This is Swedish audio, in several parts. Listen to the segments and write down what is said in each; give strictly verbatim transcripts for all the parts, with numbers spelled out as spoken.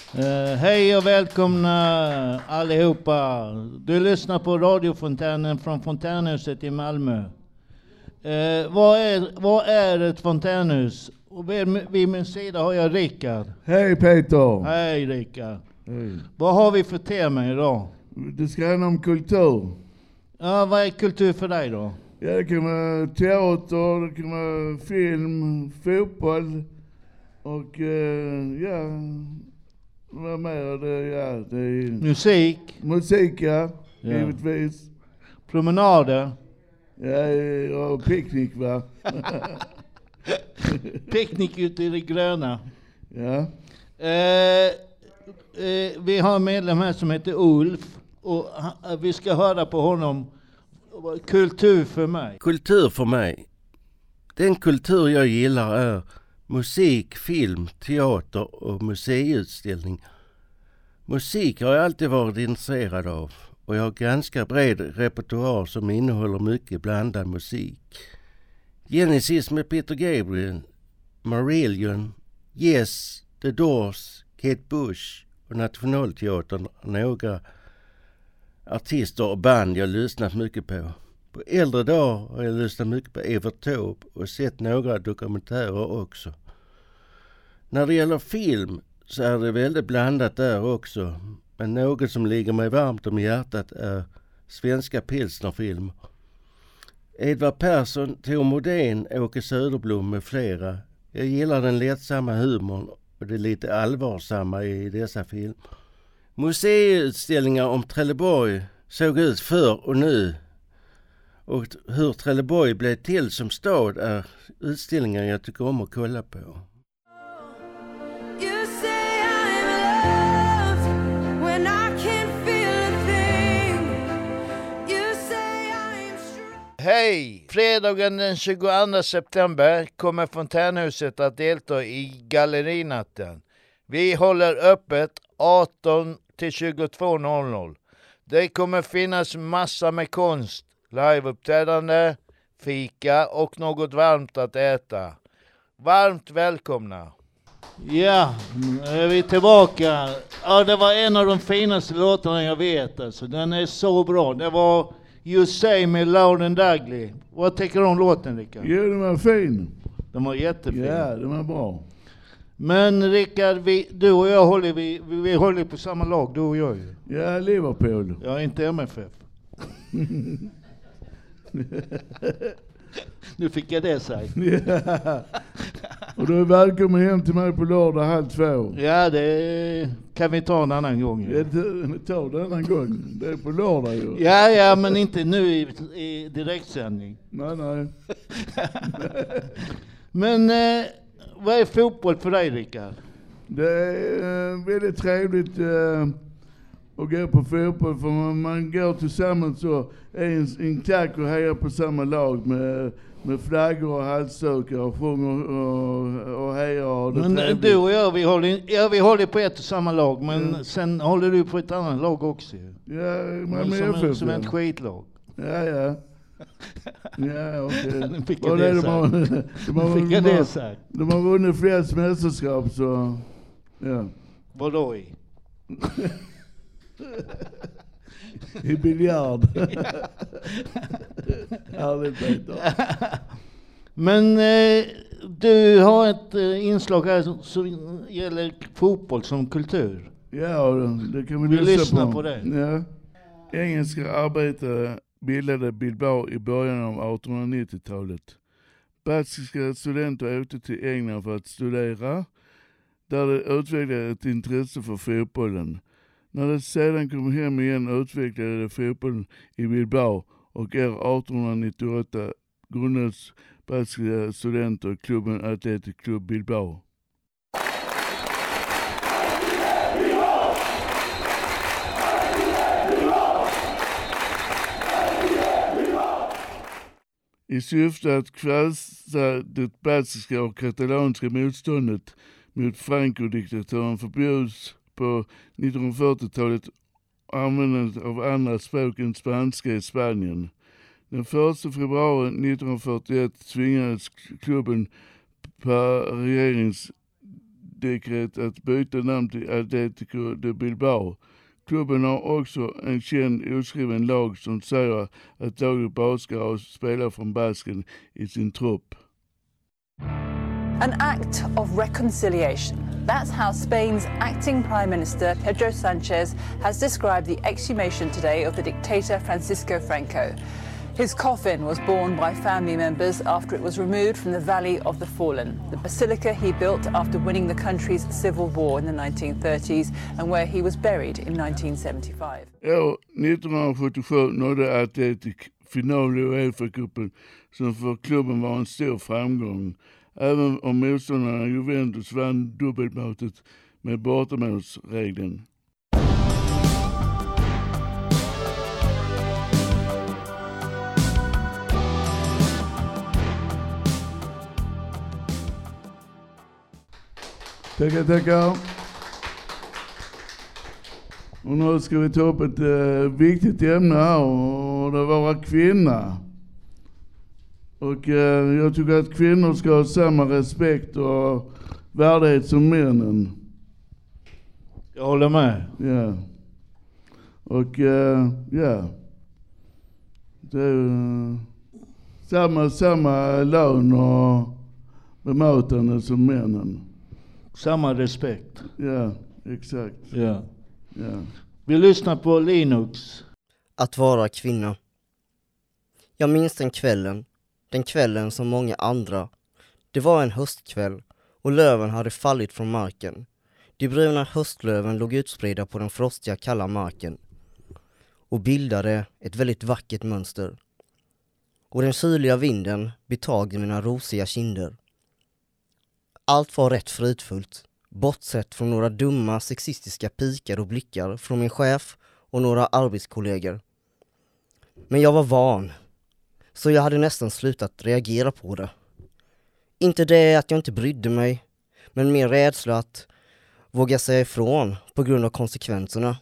Uh, hej och välkomna allihopa. Du lyssnar på radiofontänen från Fontänhuset i Malmö. Uh, vad, är, vad är ett fontänhus? Och vid, vid min sida har jag Rickard. Hej Peter. Hej Rickard. Hej. Vad har vi för tema idag? Det ska handla om kultur. Ja, vad är kultur för dig då? Ja, det kan vara teater, det kan vara film, fotboll och uh, ja... Vad mer det, ja, det är... Musik. Musik, ja. Ja. Givetvis. Promenader. Ja, och picknick, va? Picknick ute i det gröna. Ja. Eh, eh, vi har en medlem här som heter Ulf. Och ha, vi ska höra på honom. Kultur för mig. Kultur för mig. Den kultur jag gillar är musik, film, teater och museiutställning. Musik har jag alltid varit intresserad av och jag har ganska bred repertoar som innehåller mycket blandad musik. Genesis med Peter Gabriel, Marillion, Yes, The Doors, Kate Bush och Nationalteatern är några artister och band jag lyssnat mycket på. På äldre dagar har jag lyssnat mycket på Evert Taube och sett några dokumentärer också. När det gäller film så är det väldigt blandat där också. Men något som ligger mig varmt om hjärtat är svenska pilsnerfilmer. Edvard Persson, Tor Modén, Åke Söderblom med flera. Jag gillar den lättsamma humorn och det lite allvarsamma i dessa filmer. Museiutställningar om Trelleborg såg ut förr och nu. Och hur Trelleborg blev till som stad är utställningar jag tycker om att kolla på. Hej! Fredagen den tjugoandra september kommer Fontänhuset att delta i gallerinatten. Vi håller öppet arton till tjugotvå noll noll. Det kommer finnas massa med konst, liveuppträdande, fika och något varmt att äta. Varmt välkomna! Ja, nu är vi tillbaka. Ja, det var en av de finaste låtarna jag vet. Alltså. Den är så bra. Det var You Say med Loudon Dagley. Vad tycker du om låten, Rickard? Jo, den var fin. Den var jättefin. Ja, den var bra. Men Rickard, vi, du och jag håller, vi, vi, vi håller på samma lag, du och jag ju. Ja, Liverpool. Jag är inte M F F. Nu fick jag det sagt. Ja. Och du är välkommen hem till mig på lördag halv två. Ja, det kan vi ta en annan gång. Ja. Ja, ta det en annan gång. Det är på lördag ju. Ja, ja, men inte nu i, i direktsändning. Nej, nej. Men eh, vad är fotboll för dig, Rickard? Det är eh, väldigt trevligt eh, att gå på fotboll för man, man går tillsammans och är en, en klack och hejar på samma lag med, med flaggor och halsdukar och sjunger och, och hejar. Och det men trevligt. Du och jag, vi håller, ja, vi håller på ett och samma lag, men mm. sen håller du på ett annat lag också. Ja, man som, är en, som ett skitlag. Ja, ja. Ja, okej. Nu fick jag det, det sagt. De har, de har, det sagt. De har vunnit flest mästerskap, så ja. Vadå i? I biljard. Härligt, Peter. Men eh, du har ett eh, inslag här som gäller fotboll som kultur. Ja, det kan vi, vi lyssna på. på det. Ja. Engelska arbetare bildade Bilbao i början av artonhundranittiotalet. Baskiska studenter åkte till England för att studera, där de utvecklade ett intresse för fotbollen. När de sedan kom hem igen utvecklade de fotbollen i Bilbao och år artonhundranittioåtta grundades baskiska studenter klubben Athletic Club Bilbao. I syfte att kväsa det baskiska och katalanska motståndet mot Franco-diktaturen förbjuds på nittonhundrafyrtiotalet användandet av andra språk än spanska i Spanien. Den första februari nittonhundrafyrtioett tvingades klubben per regerings dekret att byta namn till Atletico de Bilbao. Klubben har också en känd oskriven lag som säger att laget bara ska ha spelare från Basken i sin trupp. An act of reconciliation. That's how Spain's acting Prime Minister Pedro Sanchez has described the exhumation today of the dictator Francisco Franco. His coffin was borne by family members after it was removed from the Valley of the Fallen, the basilica he built after winning the country's civil war in the nineteen thirties and where he was buried in nineteen seventy-five. År nittonhundrasjuttiosju nådde Atletic final i UEFA-cupen som för klubben var en stor framgång. Även om motståndarna Juventus vann dubbelmötet med bortamålsregeln. Tackar, tackar. Och nu ska vi ta upp ett eh, viktigt ämne här och det var våra kvinnor. Och eh, jag tycker att kvinnor ska ha samma respekt och värdighet som männen. Jag håller med. Ja. Och eh, ja. Det är uh, samma, samma lön och bemötande som männen. Samma respekt. Ja, exakt. Ja. Ja. Vi lyssnar på Linux. Att vara kvinna. Jag minns den kvällen. Den kvällen som många andra. Det var en höstkväll och löven hade fallit från marken. De bruna höstlöven låg utspridda på den frostiga kalla marken och bildade ett väldigt vackert mönster. Och den kyliga vinden betagde mina rosiga kinder. Allt var rätt fridfullt, bortsett från några dumma sexistiska pikar och blickar från min chef och några arbetskollegor. Men jag var van, så jag hade nästan slutat reagera på det. Inte det att jag inte brydde mig, men mer rädsla att våga säga ifrån på grund av konsekvenserna.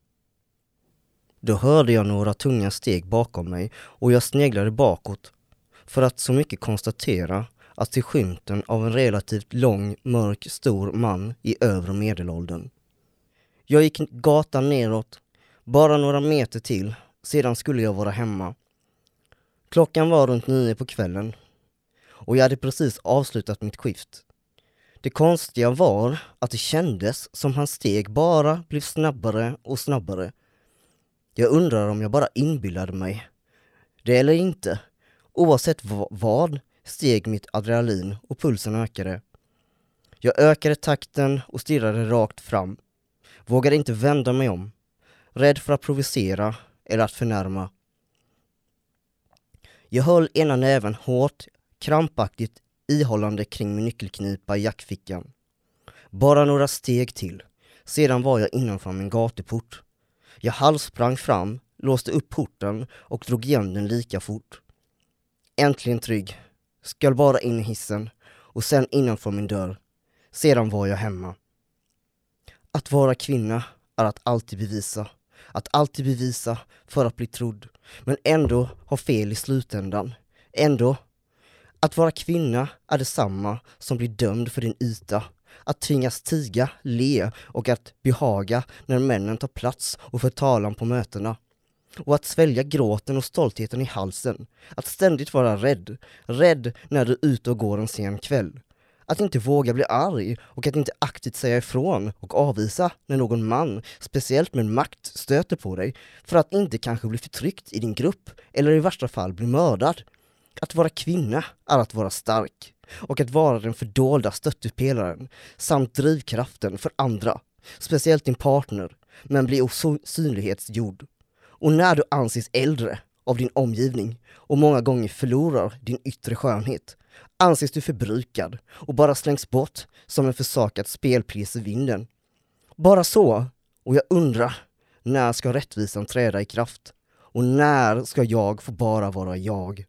Då hörde jag några tunga steg bakom mig och jag sneglade bakåt för att så mycket konstatera att se skymten av en relativt lång, mörk, stor man i övre medelåldern. Jag gick gatan neråt, bara några meter till, sedan skulle jag vara hemma. Klockan var runt nio på kvällen och jag hade precis avslutat mitt skift. Det konstiga var att det kändes som hans steg bara blev snabbare och snabbare. Jag undrar om jag bara inbillade mig det eller inte. Oavsett v- vad steg mitt adrenalin och pulsen ökade. Jag ökade takten och stirrade rakt fram. Vågade inte vända mig om. Rädd för att provocera eller att förnärma. Jag höll ena näven hårt, krampaktigt ihållande kring min nyckelknipa i jackfickan. Bara några steg till. Sedan var jag innanför min gatuport. Jag halssprang fram, låste upp porten och drog igen den lika fort. Äntligen trygg. Ska bara in i hissen och sen innanför min dörr. Sedan var jag hemma. Att vara kvinna är att alltid bevisa. Att alltid bevisa för att bli trodd. Men ändå ha fel i slutändan. Ändå. Att vara kvinna är detsamma som bli dömd för din yta. Att tvingas tiga, le och att behaga när männen tar plats och för talan på mötena. Och att svälja gråten och stoltheten i halsen. Att ständigt vara rädd. Rädd när du är ute och går en sen kväll. Att inte våga bli arg och att inte aktivt säga ifrån och avvisa när någon man, speciellt med makt, stöter på dig för att inte kanske bli förtryckt i din grupp eller i värsta fall bli mördad. Att vara kvinna är att vara stark och att vara den fördolda stöttepelaren samt drivkraften för andra, speciellt din partner, men bli osynlighetsgjord. Och när du anses äldre av din omgivning och många gånger förlorar din yttre skönhet, anses du förbrukad och bara slängs bort som en försakad spelpris i vinden. Bara så, och jag undrar, när ska rättvisan träda i kraft? Och när ska jag få bara vara jag?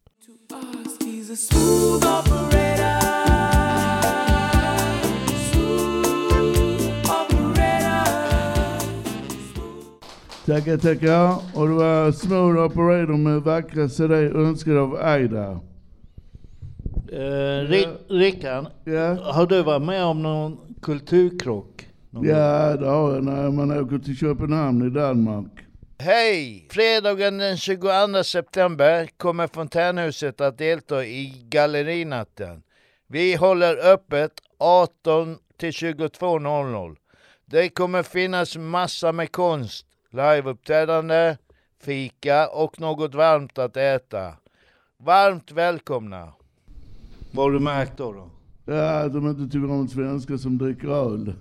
Tackar, tackar. Och det var Smooth Operator med vackra C D önskad av Aida. Eh, Rick, Rickard, Ja. har du varit med om någon kulturkrock? Ja, det har jag när man åker till Köpenhamn i Danmark. Hej! Fredagen den tjugoandra september kommer Fontänhuset att delta i gallerinatten. Vi håller öppet arton till tjugotvå noll noll. Det kommer finnas massa med konst, liveuppträdande, fika och något varmt att äta. Varmt välkomna! Vad har du märkt då då? Ja, att de inte tycker om svenskar som dricker öl.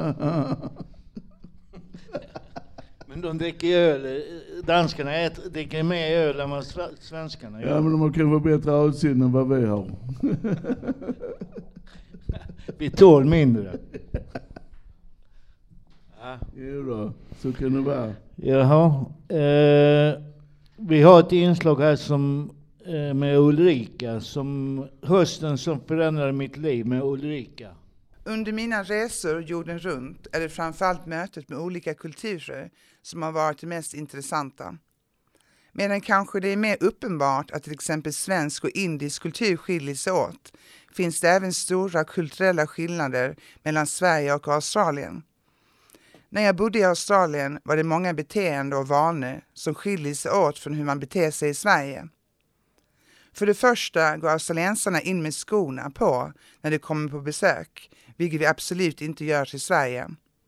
Men de dricker öl, danskarna äter, dricker mer öl än vad svenskarna gör. Ja, men de har kanske bättre avsyn än vad vi har. Vi tål mindre. Ja. Jo då, så kan det vara. Jaha. Eh, vi har ett inslag här som, eh, med Ulrika, som hösten som förändrade mitt liv med Ulrika. Under mina resor jorden runt är det framförallt mötet med olika kulturer som har varit det mest intressanta. Medan kanske det är mer uppenbart att till exempel svensk och indisk kultur skiljer sig åt, finns det även stora kulturella skillnader mellan Sverige och Australien. När jag bodde i Australien var det många beteenden och vanor som skiljer sig åt från hur man beter sig i Sverige. För det första går australiensarna in med skorna på när de kommer på besök, vilket vi absolut inte gör i Sverige.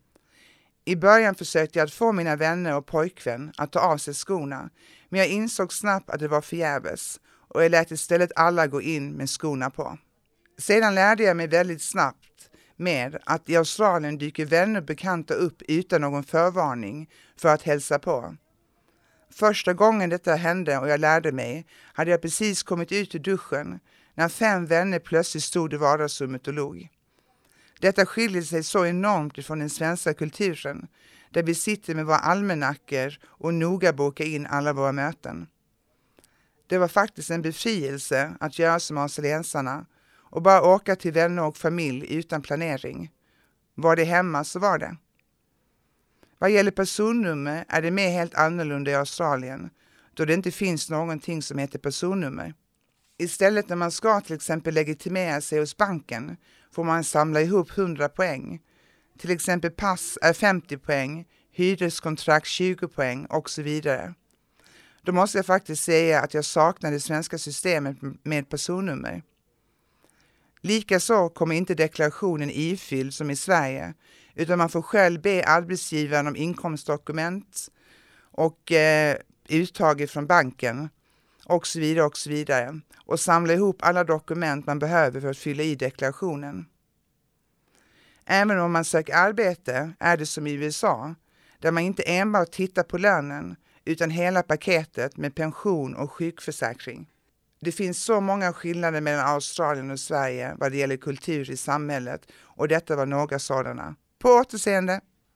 I början försökte jag att få mina vänner och pojkvän att ta av sig skorna, men jag insåg snabbt att det var förgäves och jag lät istället alla gå in med skorna på. Sedan lärde jag mig väldigt snabbt med att i Australien dyker vänner och bekanta upp utan någon förvarning för att hälsa på. Första gången detta hände och jag lärde mig hade jag precis kommit ut ur duschen när fem vänner plötsligt stod i vardagsrummet och log. Detta skiljer sig så enormt ifrån den svenska kulturen där vi sitter med våra almanackor och noga bokar in alla våra möten. Det var faktiskt en befrielse att göra som australiensarna och bara åka till vänner och familj utan planering. Var det hemma så var det. Vad gäller personnummer är det mer helt annorlunda i Australien, då det inte finns någonting som heter personnummer. Istället när man ska till exempel legitimera sig hos banken får man samla ihop hundra poäng. Till exempel pass är femtio poäng, hyreskontrakt tjugo poäng och så vidare. Då måste jag faktiskt säga att jag saknar det svenska systemet med personnummer. Likaså kommer inte deklarationen ifylld som i Sverige, utan man får själv be arbetsgivaren om inkomstdokument och eh, uttag från banken och så vidare och så vidare och samla ihop alla dokument man behöver för att fylla i deklarationen. Även om man söker arbete är det som i U S A, där man inte enbart tittar på lönen utan hela paketet med pension och sjukförsäkring. Det finns så många skillnader mellan Australien och Sverige vad det gäller kultur i samhället och detta var några sådana. På återseende!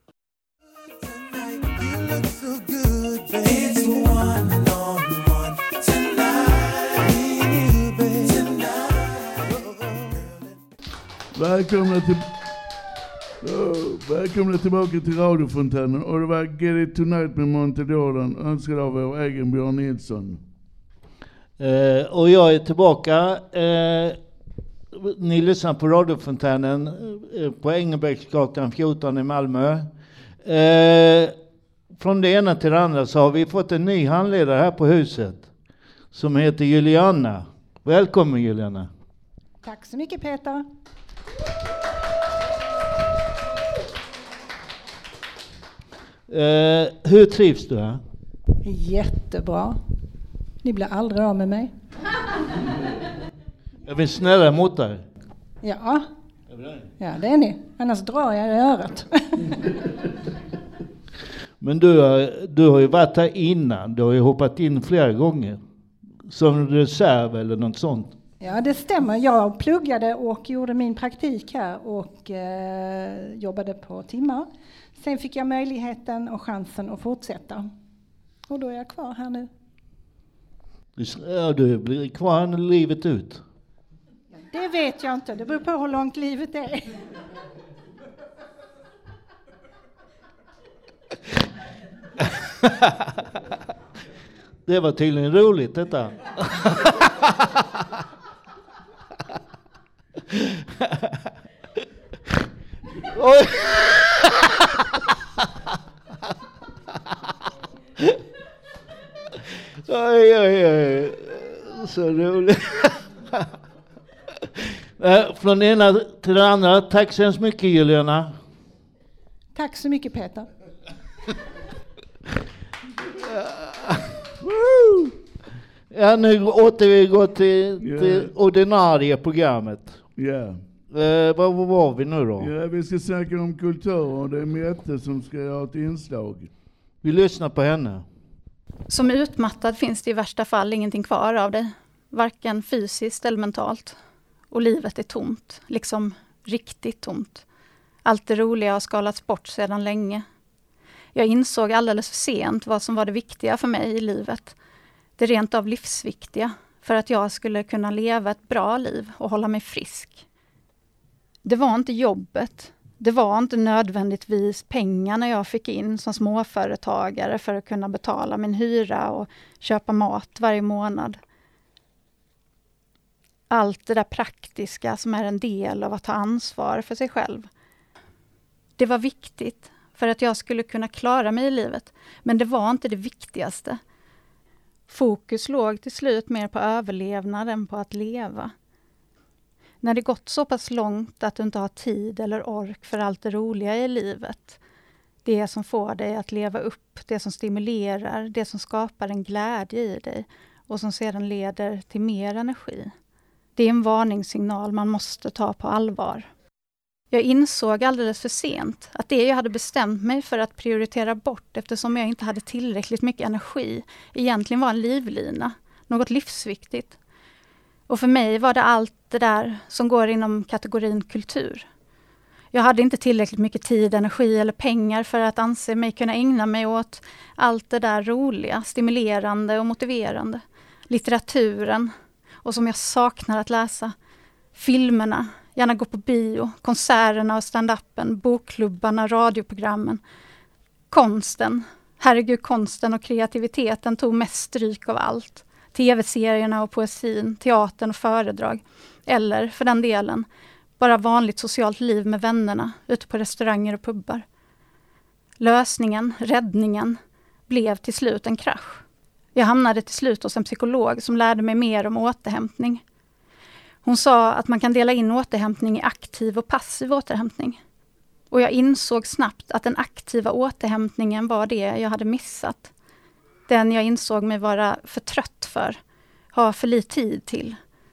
Välkomna till... Oh, välkomna tillbaka till radiofontänen och det var Get It Tonight med Monte Jordan önskad av vår egen Björn Nilsson. Uh, och jag är tillbaka. Uh, ni lyssnar på radiofontänen uh, på Engelbrektsgatan fjorton i Malmö. Uh, från det ena till det andra så har vi fått en ny handledare här på huset som heter Juliana. Välkommen Juliana. Tack så mycket Peter. Uh, hur trivs du här? Jättebra. Ni blir aldrig av med mig. Jag vill snälla mot dig. Ja. Ja, det är ni. Annars drar jag i örat. Men du har, du har ju varit här innan. Du har ju hoppat in flera gånger. Som reserv eller något sånt. Ja, det stämmer. Jag pluggade och gjorde min praktik här och eh, jobbade på timmar. Sen fick jag möjligheten och chansen att fortsätta. Och då är jag kvar här nu. Ja, du blir kvar livet ut. Det vet jag inte. Det beror på hur långt livet är. Det var tydligen roligt detta. Oj. Oj, oj, oj. Så roligt. Från ena till den andra. Tack så hemskt mycket, Juliana. Tack så mycket, Peter. Ja, nu återgår till Yeah. det ordinarie programmet. Ja. Yeah. Eh, var, var var vi nu då? Ja, vi ska snacka om kultur och det är Mette som ska göra ett inslag. Vi lyssnar på henne. Som utmattad finns det i värsta fall ingenting kvar av dig. Varken fysiskt eller mentalt. Och livet är tomt. Liksom riktigt tomt. Allt det roliga har skalats bort sedan länge. Jag insåg alldeles för sent vad som var det viktiga för mig i livet. Det rent av livsviktiga. För att jag skulle kunna leva ett bra liv och hålla mig frisk. Det var inte jobbet. Det var inte nödvändigtvis pengarna jag fick in som småföretagare för att kunna betala min hyra och köpa mat varje månad. Allt det där praktiska som är en del av att ta ansvar för sig själv. Det var viktigt för att jag skulle kunna klara mig i livet, men det var inte det viktigaste. Fokus låg till slut mer på överlevnad än på att leva. När det gått så pass långt att du inte har tid eller ork för allt det roliga i livet. Det som får dig att leva upp, det som stimulerar, det som skapar en glädje i dig och som sedan leder till mer energi. Det är en varningssignal man måste ta på allvar. Jag insåg alldeles för sent att det jag hade bestämt mig för att prioritera bort eftersom jag inte hade tillräckligt mycket energi egentligen var en livlina, något livsviktigt. Och för mig var det allt det där som går inom kategorin kultur. Jag hade inte tillräckligt mycket tid, energi eller pengar för att anse mig kunna ägna mig åt allt det där roliga, stimulerande och motiverande. Litteraturen och som jag saknar att läsa. Filmerna, gärna gå på bio, konserterna och stand-upen, bokklubbarna, radioprogrammen. Konsten, herregud konsten och kreativiteten tog mest stryk av allt. Tv-serierna och poesin, teatern och föredrag. Eller, för den delen, bara vanligt socialt liv med vännerna ute på restauranger och pubbar. Lösningen, räddningen, blev till slut en krasch. Jag hamnade till slut hos en psykolog som lärde mig mer om återhämtning. Hon sa att man kan dela in återhämtning i aktiv och passiv återhämtning. Och jag insåg snabbt att den aktiva återhämtningen var det jag hade missat. Den jag insåg mig vara för trött för, ha för lite tid till.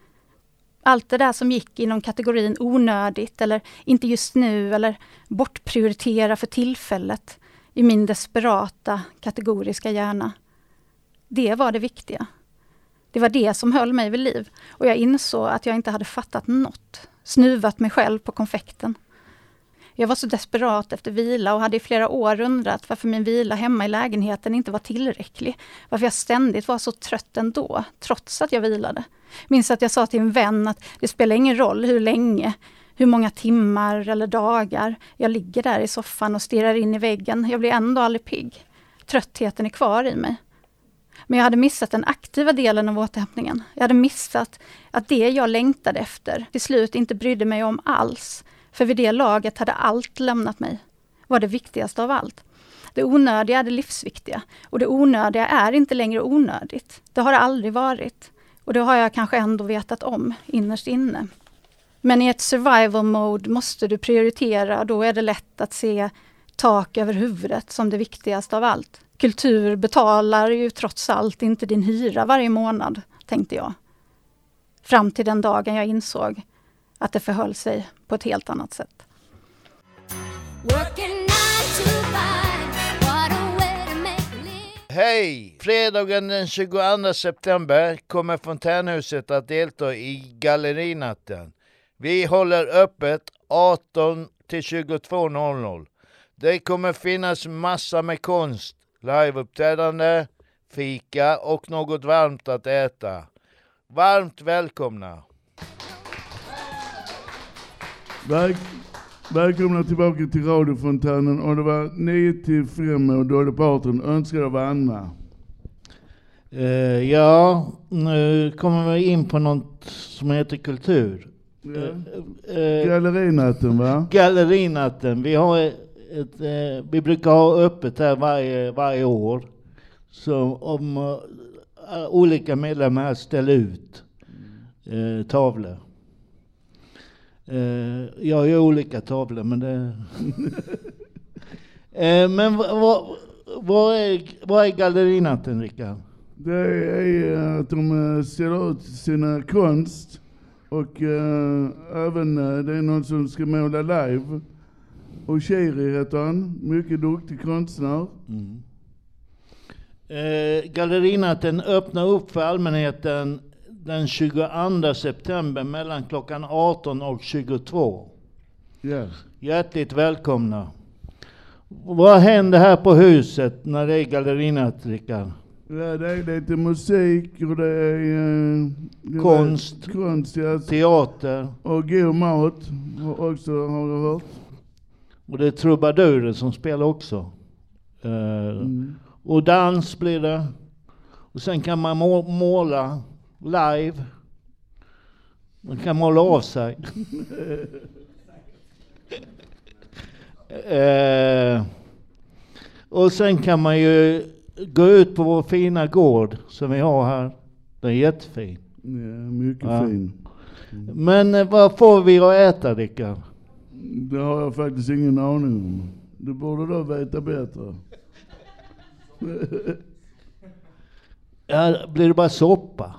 Allt det där som gick inom kategorin onödigt eller inte just nu eller bortprioritera för tillfället i min desperata kategoriska hjärna. Det var det viktiga. Det var det som höll mig vid liv och jag insåg att jag inte hade fattat något, snuvat mig själv på konfekten. Jag var så desperat efter vila och hade i flera år undrat varför min vila hemma i lägenheten inte var tillräcklig. Varför jag ständigt var så trött ändå, trots att jag vilade. Minns att jag sa till en vän att det spelar ingen roll hur länge, hur många timmar eller dagar jag ligger där i soffan och stirrar in i väggen. Jag blir ändå aldrig pigg. Tröttheten är kvar i mig. Men jag hade missat den aktiva delen av återhämtningen. Jag hade missat att det jag längtade efter till slut inte brydde mig om alls. För vid det laget hade allt lämnat mig. Var det viktigaste av allt. Det onödiga är det livsviktiga. Och det onödiga är inte längre onödigt. Det har det aldrig varit. Och det har jag kanske ändå vetat om innerst inne. Men i ett survival mode måste du prioritera. Då är det lätt att se tak över huvudet som det viktigaste av allt. Kultur betalar ju trots allt inte din hyra varje månad, tänkte jag. Fram till den dagen jag insåg att det förhöll sig på ett helt annat sätt. Hej! Fredagen den tjugoandra september kommer Fontänhuset att delta i gallerinatten. Vi håller öppet arton till tjugotvå noll noll. Det kommer finnas massa med konst, liveuppträdande, fika och något varmt att äta. Varmt välkomna! Väl, välkomna tillbaka till radiofontänen och det var nio till fem och Dolly Parton önskade av Anna. Uh, ja, nu kommer vi in på något som heter kultur. Ja. Eh, Gallerinatten, va? Gallerinatten. Vi har ett, eh, vi brukar ha öppet här varje, varje år. Så om uh, olika medlemmar ställer ut uh, tavlor. Uh, jag gör olika tavlor, men det... uh, men vad va, va är, va är gallerinatten, Rickard? Det är att de ställer ut sina konst. Och uh, även uh, det är någon som ska måla live. Och Shiri heter han, mycket duktig konstnär. Mm. Uh, gallerinatten öppnar upp för allmänheten den tjugoandra september mellan klockan arton och tjugotvå. Yeah. Hjärtligt välkomna. Vad händer här på huset när det är gallerinatt, Rickard? Ja, det är lite musik och det är... Uh, konst, konst ja. Teater. Och god mat också, har jag hört. Och det är trubadurer som spelar också. Uh, mm. Och dans blir det. Och sen kan man må- måla live. Man kan måla av sig. uh, och sen kan man ju gå ut på vår fina gård som vi har här. Den är jättefin. Ja, mycket ja. fin. Mm. Men eh, vad får vi att äta, Rickard? Det har jag faktiskt ingen aning om. Du borde då veta bättre. Ja, blir det bara soppa?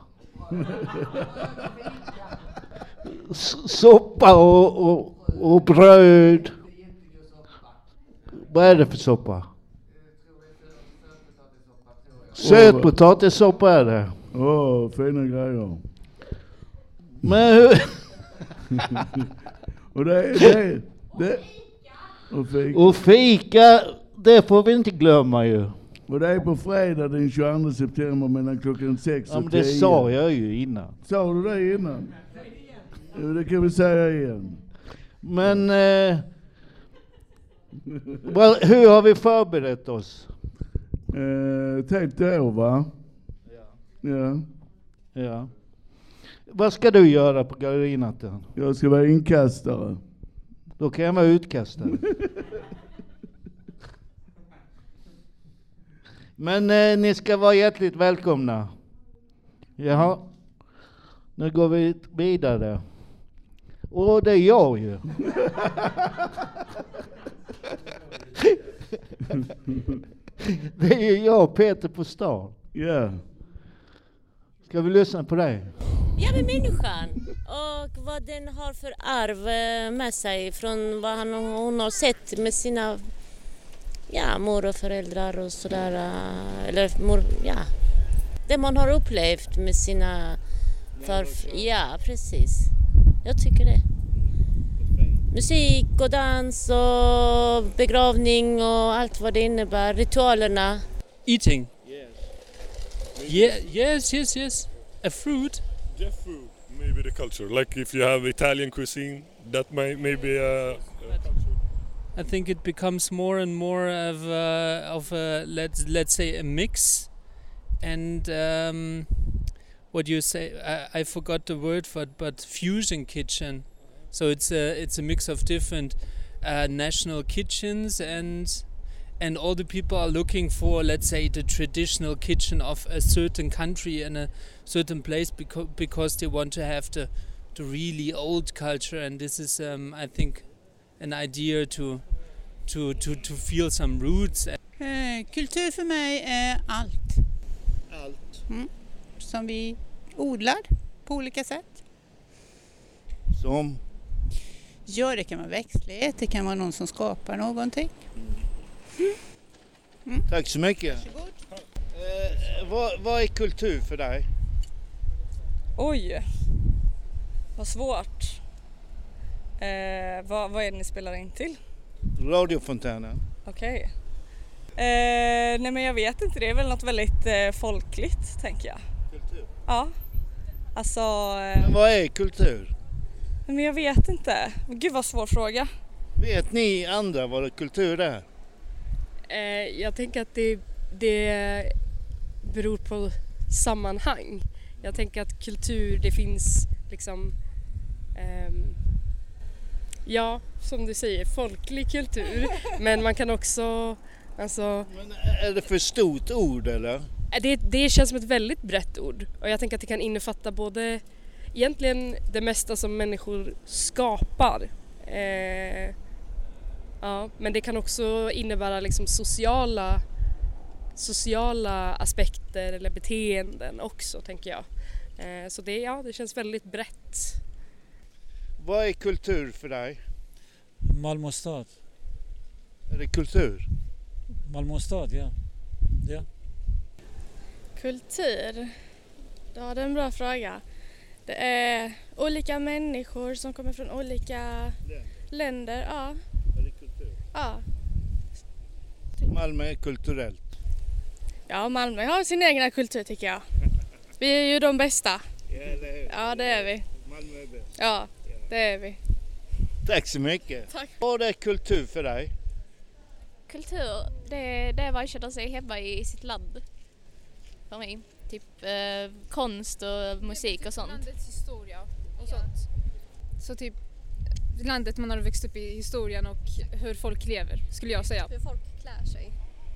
S- soppa och, och, och bröd. Vad är det för soppa? Sötpotatissoppa är det. Åh, oh, fina grejer. Men hur... och det är det. det. Och, fika. och fika, det får vi inte glömma ju. Och det är på fredag den tjugoandra september mellan klockan sex och ja, men det tio. sa jag ju innan. Sa du det innan? Ja, det kan vi säga igen. Men eh, well, hur har vi förberett oss? Eh, ett helt år, va? Ja. ja. Ja. Vad ska du göra på gallerinatten? Jag ska vara inkastare. Då kan jag vara utkastare. Men eh, ni ska vara hjärtligt välkomna. Jaha. Nu går vi vidare. Och det är jag ju. Det är ju jag, Peter på stan. Ja. Yeah. Ska vi lyssna på dig? Ja, men människan och vad den har för arv med sig från vad han, hon har sett med sina ja, mor och föräldrar och sådär. Eller mor, ja. Det man har upplevt med sina förf- ja, precis. Jag tycker det. Musik och dans och begravning och allt vad det innebär. Ritualerna. Eating. Yeah, yes, yes, yes. A fruit. Just food, maybe the culture. Like if you have Italian cuisine, that might maybe a, a culture. I think it becomes more and more of a, of a let's let's say a mix, and um, what you say I, I forgot the word for it, but fusion kitchen. So it's a it's a mix of different uh, national kitchens and. And all the people are looking for, let's say, the traditional kitchen of a certain country and a certain place because because they want to have the the really old culture. And this is, um, I think, an idea to to to to feel some roots. Eh, kultur för mig är allt. Allt. Mm. Som vi odlar på olika sätt. Som? Ja, det kan vara växtlighet, det kan vara någon som skapar någonting. Mm. Mm. Tack så mycket. Eh, vad, vad är kultur för dig? Oj, vad svårt. Eh, vad, vad är det ni spelar in till? Radiofontänen. Okej. Okay. Eh, nej men jag vet inte, det är väl något väldigt eh, folkligt, tänker jag. Kultur? Ja. Alltså... Eh, men vad är kultur? Men jag vet inte. Gud vad svår fråga. Vet ni andra vad kultur är? Eh, jag tänker att det, det beror på sammanhang. Jag tänker att kultur, det finns liksom Um, ja, som du säger, folklig kultur. Men man kan också... Alltså, men är det för stort ord eller? Det, det känns som ett väldigt brett ord. Och jag tänker att det kan innefatta både egentligen det mesta som människor skapar. Eh, ja, men det kan också innebära liksom sociala, sociala aspekter eller beteenden också, tänker jag. Eh, så det, ja, det känns väldigt brett. Vad är kultur för dig? Malmö stad. Är det kultur? Malmö stad, ja. ja. Kultur? Ja, det är en bra fråga. Det är olika människor som kommer från olika länder. Ja. Är det kultur? Ja. Malmö är kulturellt. Ja, Malmö har sin egna kultur tycker jag. Vi är ju de bästa. Ja, det är, ja, det är vi. Malmö är bäst. Ja, det är vi. Tack så mycket. Tack. Vad är kultur för dig? Kultur, det, det är vad jag känner sig hemma i, i sitt land. För mig. Typ eh, konst och musik och sånt. Landets historia och sånt. Så typ landet man har växt upp i, historien och hur folk lever, skulle jag säga. Hur folk klär sig.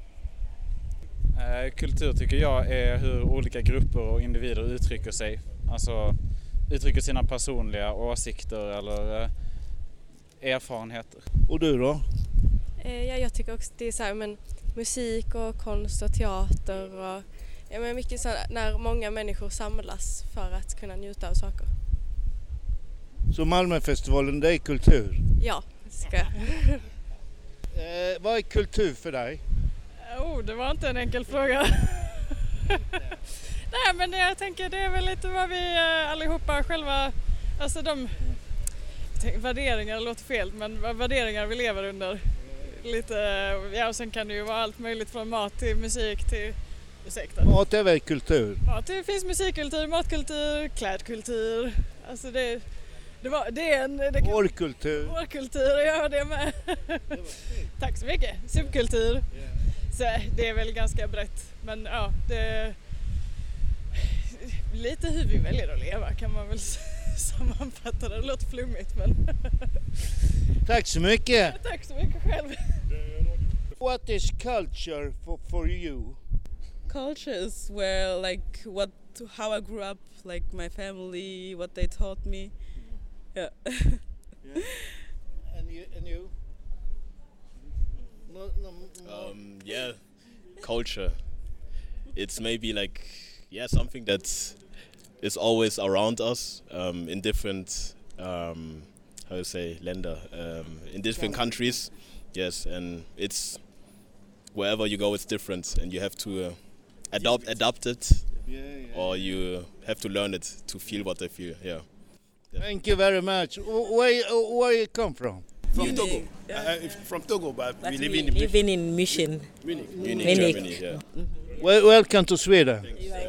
Eh, kultur tycker jag är hur olika grupper och individer uttrycker sig. Alltså uttrycker sina personliga åsikter eller eh, erfarenheter. Och du då? Eh, ja, jag tycker också det är så här, men musik och konst och teater och ja, men mycket så när många människor samlas för att kunna njuta av saker. Så Malmöfestivalen, det är kultur? Ja, det ska jag. eh, vad är kultur för dig? Oh, det var inte en enkel fråga. Nej, men jag tänker det är väl lite vad vi allihopa själva, alltså de tänk, värderingar låter fel, men värderingar vi lever under. Lite, ja, och sen kan det ju vara allt möjligt från mat till musik till ursäkta. Mat är väl kultur? Mat, det finns musikkultur, matkultur, klädkultur. Alltså det, det var det är en... Det, Hårkultur. Hårkultur, ja det med. Tack så mycket. Subkultur. Yeah. Så det är väl ganska brett. Men ja, det... Lite hur vi väljer att leva kan man väl sammanfatta. Det låter flummigt men... Tack så mycket. Ja, tack så mycket själv. What is culture for, for you? Culture is where like what how I grew up, like my family, what they taught me. Yeah. Yeah. And you and you? No, no, no. Um yeah, culture. It's maybe like yeah, something that is always around us um in different um how to say länder um in different countries. Yes, and it's wherever you go it's different and you have to uh, adopt adapt it yeah, yeah, or you have to learn it to feel what they feel. Yeah. Thank you very much. Where where you come from? From Munich. Togo. Yeah. Uh, from Togo, but, but we live in living in Mission. Munich. Munich, Munich. Germany. Yeah. Mm-hmm. Well, welcome to Sweden. You are